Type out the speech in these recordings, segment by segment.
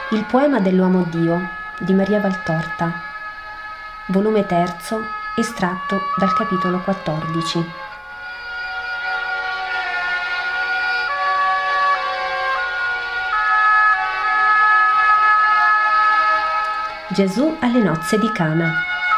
Il poema dell'uomo Dio di Maria Valtorta, volume 3, estratto dal capitolo 14. Gesù alle nozze di Cana.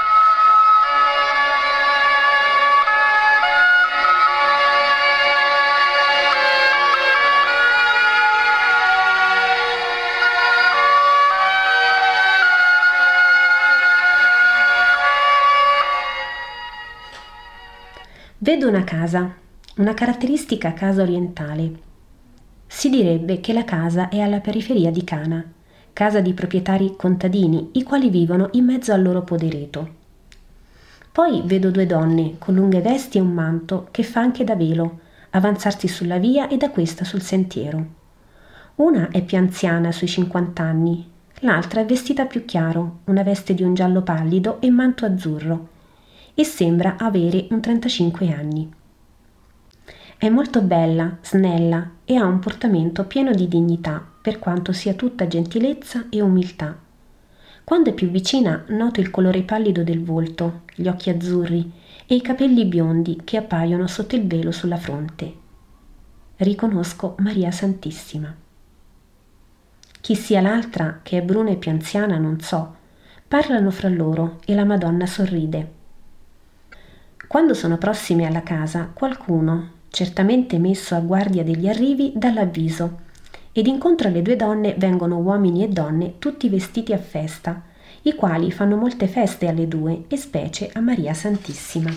Vedo una casa, una caratteristica casa orientale. Si direbbe che la casa è alla periferia di Cana, casa di proprietari contadini, i quali vivono in mezzo al loro podereto. Poi vedo 2 donne con lunghe vesti e un manto che fa anche da velo, avanzarsi sulla via e da questa sul sentiero. Una è più anziana, sui 50 anni, l'altra è vestita più chiaro, una veste di un giallo pallido e manto azzurro, e sembra avere un 35 anni. È molto bella, snella e ha un portamento pieno di dignità, per quanto sia tutta gentilezza e umiltà. Quando è più vicina noto il colore pallido del volto, gli occhi azzurri e i capelli biondi che appaiono sotto il velo sulla fronte. Riconosco Maria Santissima. Chi sia l'altra, che è bruna e più anziana, non so. Parlano fra loro e la Madonna sorride. Quando sono prossime alla casa, qualcuno, certamente messo a guardia degli arrivi, dà l'avviso, ed incontro alle 2 donne vengono uomini e donne tutti vestiti a festa, i quali fanno molte feste alle 2 e specie a Maria Santissima.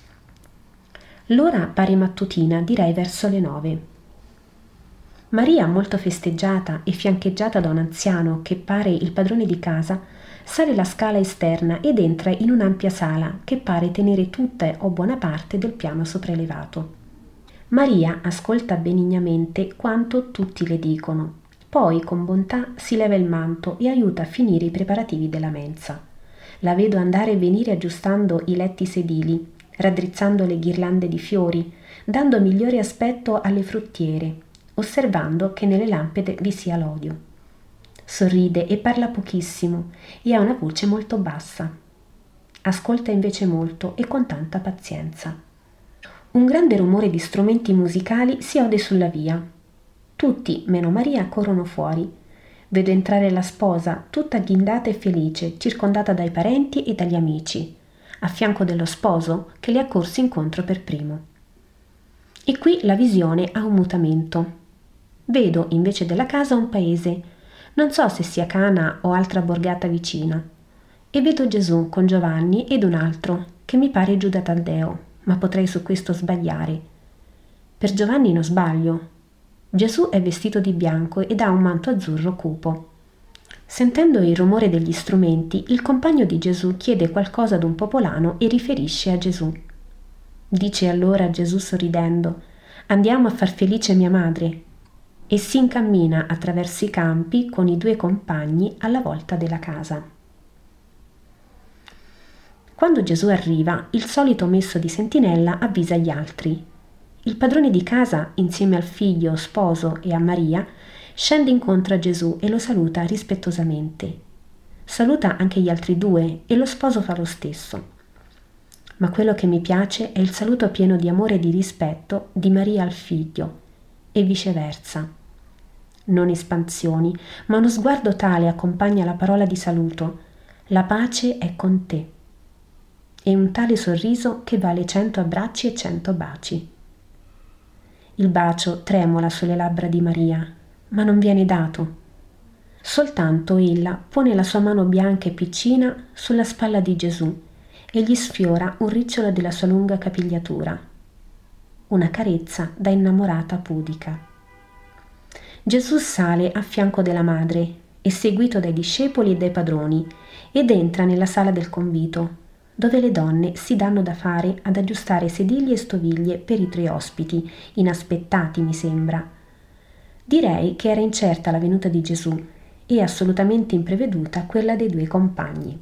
L'ora pare mattutina, direi verso le 9. Maria, molto festeggiata e fiancheggiata da un anziano che pare il padrone di casa, sale la scala esterna ed entra in un'ampia sala che pare tenere tutta o buona parte del piano sopraelevato. Maria ascolta benignamente quanto tutti le dicono, poi con bontà si leva il manto e aiuta a finire i preparativi della mensa. La vedo andare e venire aggiustando i letti sedili, raddrizzando le ghirlande di fiori, dando migliore aspetto alle fruttiere, osservando che nelle lampade vi sia l'olio. Sorride e parla pochissimo e ha una voce molto bassa. Ascolta invece molto e con tanta pazienza. Un grande rumore di strumenti musicali si ode sulla via. Tutti, meno Maria, corrono fuori. Vedo entrare la sposa, tutta gghindata e felice, circondata dai parenti e dagli amici, a fianco dello sposo che le ha corso incontro per primo. E qui la visione ha un mutamento. Vedo invece della casa un paese, non so se sia Cana o altra borgata vicina, e vedo Gesù con Giovanni ed un altro, che mi pare Giuda Taddeo, ma potrei su questo sbagliare. Per Giovanni non sbaglio. Gesù è vestito di bianco ed ha un manto azzurro cupo. Sentendo il rumore degli strumenti, il compagno di Gesù chiede qualcosa ad un popolano e riferisce a Gesù. Dice allora Gesù sorridendo: «Andiamo a far felice mia madre», e si incammina attraverso i campi con i 2 compagni alla volta della casa. Quando Gesù arriva, il solito messo di sentinella avvisa gli altri. Il padrone di casa, insieme al figlio, sposo e a Maria, scende incontro a Gesù e lo saluta rispettosamente. Saluta anche gli altri 2 e lo sposo fa lo stesso. Ma quello che mi piace è il saluto pieno di amore e di rispetto di Maria al figlio, e viceversa. Non espansioni, ma uno sguardo tale accompagna la parola di saluto: «La pace è con te», e un tale sorriso che vale 100 abbracci e 100 baci. Il bacio tremola sulle labbra di Maria, ma non viene dato. Soltanto ella pone la sua mano bianca e piccina sulla spalla di Gesù e gli sfiora un ricciolo della sua lunga capigliatura. Una carezza da innamorata pudica. Gesù sale a fianco della madre e seguito dai discepoli e dai padroni ed entra nella sala del convito, dove le donne si danno da fare ad aggiustare sedili e stoviglie per i 3 ospiti, inaspettati mi sembra. Direi che era incerta la venuta di Gesù e assolutamente impreveduta quella dei 2 compagni.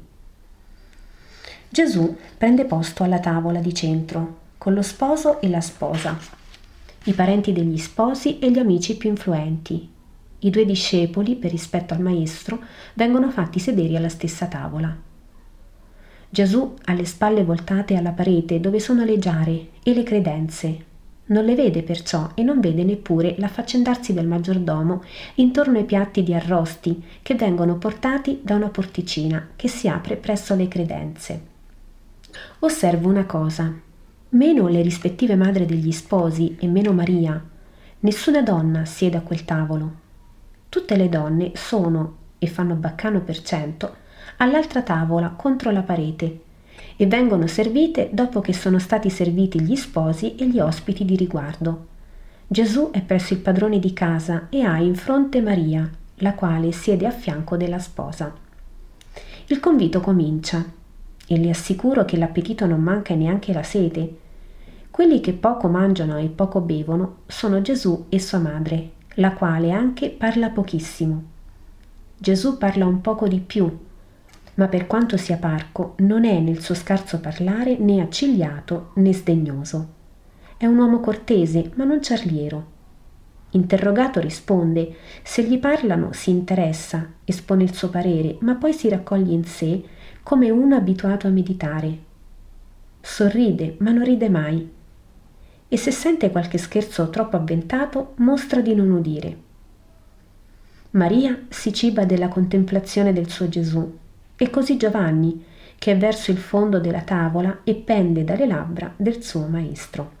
Gesù prende posto alla tavola di centro, con lo sposo e la sposa, i parenti degli sposi e gli amici più influenti, I 2 discepoli, per rispetto al maestro, vengono fatti sedere alla stessa tavola. Gesù ha le spalle voltate alla parete dove sono le giare e le credenze. Non le vede perciò e non vede neppure l'affaccendarsi del maggiordomo intorno ai piatti di arrosti che vengono portati da una porticina che si apre presso le credenze. Osservo una cosa: meno le rispettive madri degli sposi e meno Maria, nessuna donna siede a quel tavolo. Tutte le donne sono, e fanno baccano per cento, all'altra tavola contro la parete e vengono servite dopo che sono stati serviti gli sposi e gli ospiti di riguardo. Gesù è presso il padrone di casa e ha in fronte Maria, la quale siede a fianco della sposa. Il convito comincia e le assicuro che l'appetito non manca e neanche la sete. Quelli che poco mangiano e poco bevono sono Gesù e sua madre, la quale anche parla pochissimo. Gesù parla un poco di più, ma per quanto sia parco non è nel suo scarso parlare né accigliato né sdegnoso. È un uomo cortese ma non ciarliero. Interrogato risponde, se gli parlano si interessa, espone il suo parere, ma poi si raccoglie in sé come uno abituato a meditare. Sorride ma non ride mai, e se sente qualche scherzo troppo avventato mostra di non udire. Maria si ciba della contemplazione del suo Gesù, e così Giovanni, che è verso il fondo della tavola e pende dalle labbra del suo maestro.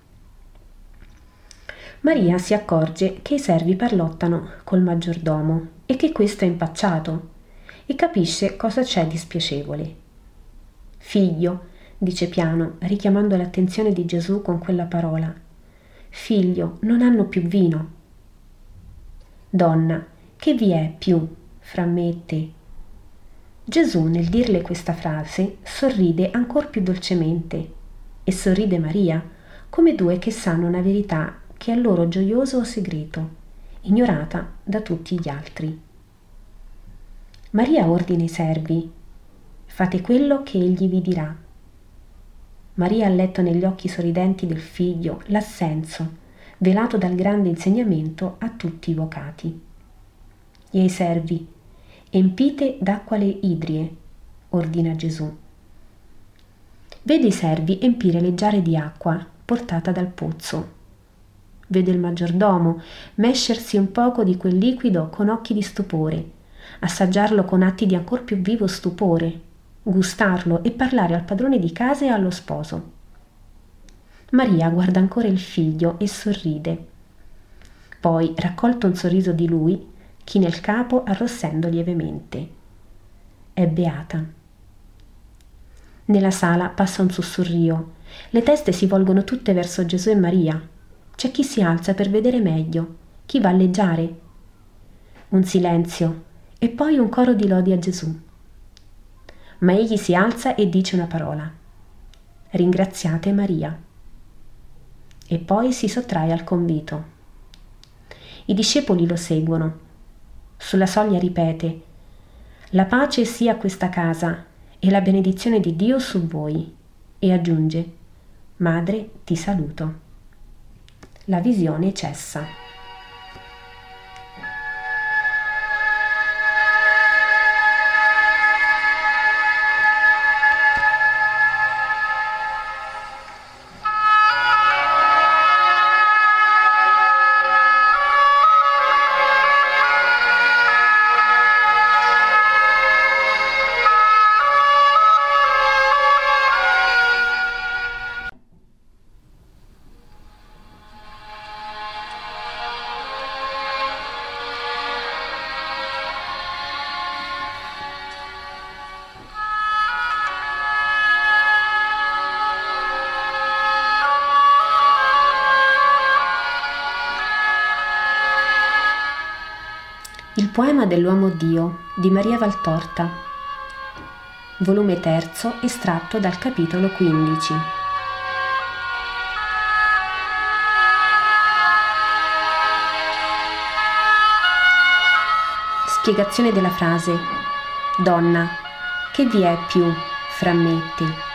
Maria si accorge che i servi parlottano col maggiordomo e che questo è impacciato, e capisce cosa c'è di spiacevole. Figlio, dice piano, richiamando l'attenzione di Gesù con quella parola. Figlio, non hanno più vino. Donna, che vi è più fra me e te? Gesù, nel dirle questa frase, sorride ancor più dolcemente, e sorride Maria, come 2 che sanno una verità che è loro gioioso o segreto, ignorata da tutti gli altri. Maria ordina ai servi: fate quello che egli vi dirà. Maria ha letto negli occhi sorridenti del figlio l'assenso, velato dal grande insegnamento a tutti i vocati. E ai servi: empite d'acqua le idrie, ordina Gesù. Vede i servi empire le giare di acqua portata dal pozzo. Vede il maggiordomo mescersi un poco di quel liquido con occhi di stupore, assaggiarlo con atti di ancor più vivo stupore, gustarlo e parlare al padrone di casa e allo sposo. Maria guarda ancora il figlio e sorride. Poi, raccolto un sorriso di lui, china il capo arrossendo lievemente. È beata. Nella sala passa un sussurrio. Le teste si volgono tutte verso Gesù e Maria. C'è chi si alza per vedere meglio, chi va a leggiare. Un silenzio e poi un coro di lodi a Gesù. Ma egli si alza e dice una parola: ringraziate Maria. E poi si sottrae al convito. I discepoli lo seguono. Sulla soglia ripete: la pace sia a questa casa e la benedizione di Dio su voi. E aggiunge: Madre, ti saluto. La visione cessa. Il poema dell'uomo Dio di Maria Valtorta, volume 3, estratto dal capitolo 15. Spiegazione della frase: donna, che vi è più fra me e te?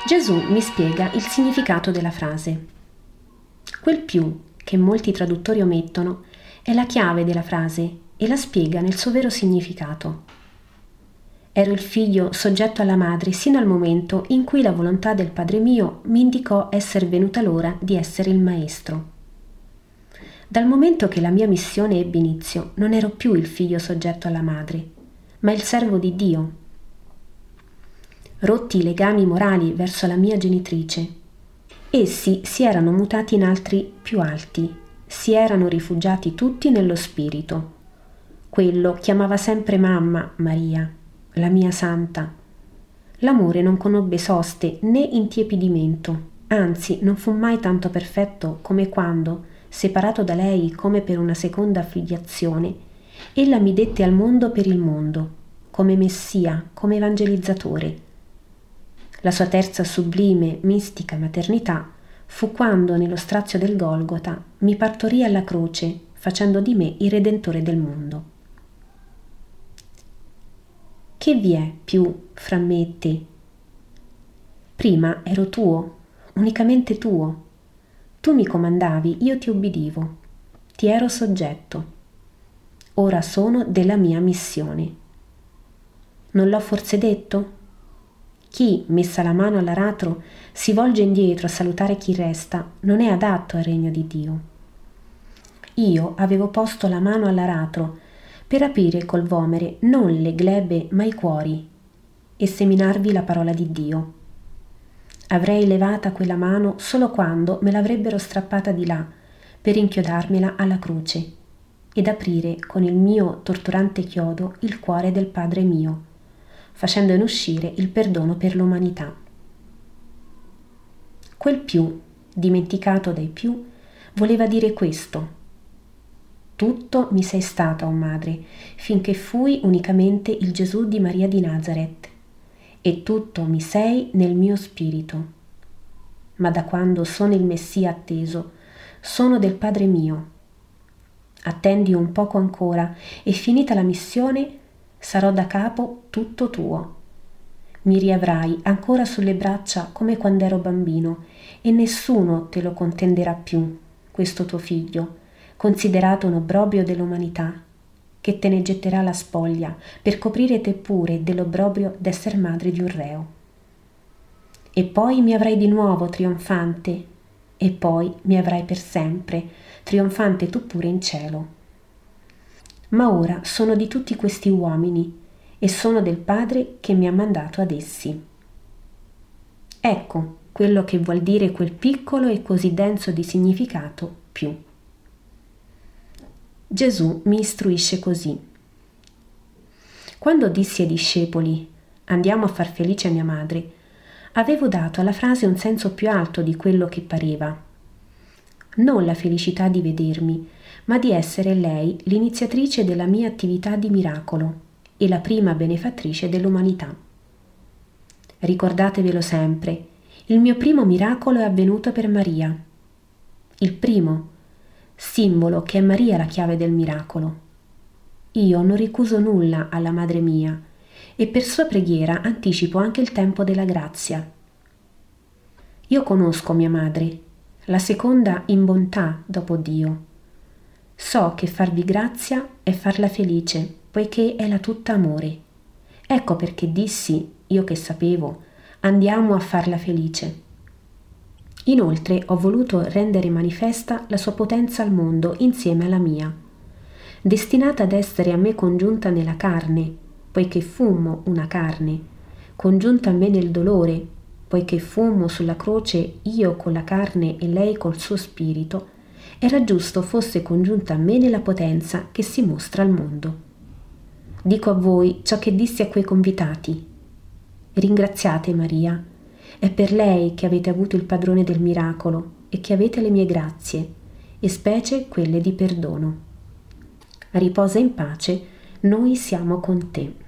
Gesù mi spiega il significato della frase. Quel più, che molti traduttori omettono, è la chiave della frase e la spiega nel suo vero significato. Ero il figlio soggetto alla madre sino al momento in cui la volontà del Padre mio mi indicò essere venuta l'ora di essere il maestro. Dal momento che la mia missione ebbe inizio, non ero più il figlio soggetto alla madre, ma il servo di Dio. Rotti i legami morali verso la mia genitrice, essi si erano mutati in altri più alti, si erano rifugiati tutti nello spirito. Quello chiamava sempre mamma Maria, la mia santa. L'amore non conobbe soste né intiepidimento, anzi non fu mai tanto perfetto come quando, separato da lei come per una seconda filiazione, ella mi dette al mondo per il mondo, come messia, come evangelizzatore. La sua terza sublime, mistica maternità fu quando, nello strazio del Golgota, mi partorì alla croce, facendo di me il Redentore del mondo. Che vi è più fra me e te? Prima ero tuo, unicamente tuo. Tu mi comandavi, io ti ubbidivo, ti ero soggetto. Ora sono della mia missione. Non l'ho forse detto? Chi, messa la mano all'aratro, si volge indietro a salutare chi resta, non è adatto al regno di Dio. Io avevo posto la mano all'aratro per aprire col vomere non le glebe ma i cuori e seminarvi la parola di Dio. Avrei levata quella mano solo quando me l'avrebbero strappata di là per inchiodarmela alla croce ed aprire con il mio torturante chiodo il cuore del Padre mio, facendone uscire il perdono per l'umanità. Quel più, dimenticato dai più, voleva dire questo: tutto mi sei stata, o madre, finché fui unicamente il Gesù di Maria di Nazaret, e tutto mi sei nel mio spirito. Ma da quando sono il Messia atteso, sono del Padre mio. Attendi un poco ancora, e finita la missione, sarò da capo tutto tuo. Mi riavrai ancora sulle braccia come quando ero bambino, e nessuno te lo contenderà più, questo tuo figlio, considerato un obbrobrio dell'umanità, che te ne getterà la spoglia per coprire te pure dell'obbrobrio d'esser madre di un reo. E poi mi avrai di nuovo trionfante, e poi mi avrai per sempre, trionfante tu pure in cielo. Ma ora sono di tutti questi uomini, e sono del Padre che mi ha mandato ad essi. Ecco quello che vuol dire quel piccolo e così denso di significato più. Gesù mi istruisce così. Quando dissi ai discepoli «Andiamo a far felice mia madre», avevo dato alla frase un senso più alto di quello che pareva. Non la felicità di vedermi, ma di essere lei l'iniziatrice della mia attività di miracolo e la prima benefattrice dell'umanità. Ricordatevelo sempre, il mio primo miracolo è avvenuto per Maria. Il primo, simbolo che è Maria la chiave del miracolo. Io non ricuso nulla alla madre mia e per sua preghiera anticipo anche il tempo della grazia. Io conosco mia madre, la seconda in bontà dopo Dio. So che farvi grazia è farla felice, poiché è la tutta amore. Ecco perché dissi, io che sapevo, andiamo a farla felice. Inoltre ho voluto rendere manifesta la sua potenza al mondo insieme alla mia, destinata ad essere a me congiunta nella carne, poiché fummo una carne, congiunta a me nel dolore, poiché fummo sulla croce io con la carne e lei col suo spirito, era giusto fosse congiunta a me nella potenza che si mostra al mondo. Dico a voi ciò che dissi a quei convitati. Ringraziate Maria, è per lei che avete avuto il padrone del miracolo e che avete le mie grazie, e specie quelle di perdono. Riposa in pace, noi siamo con te.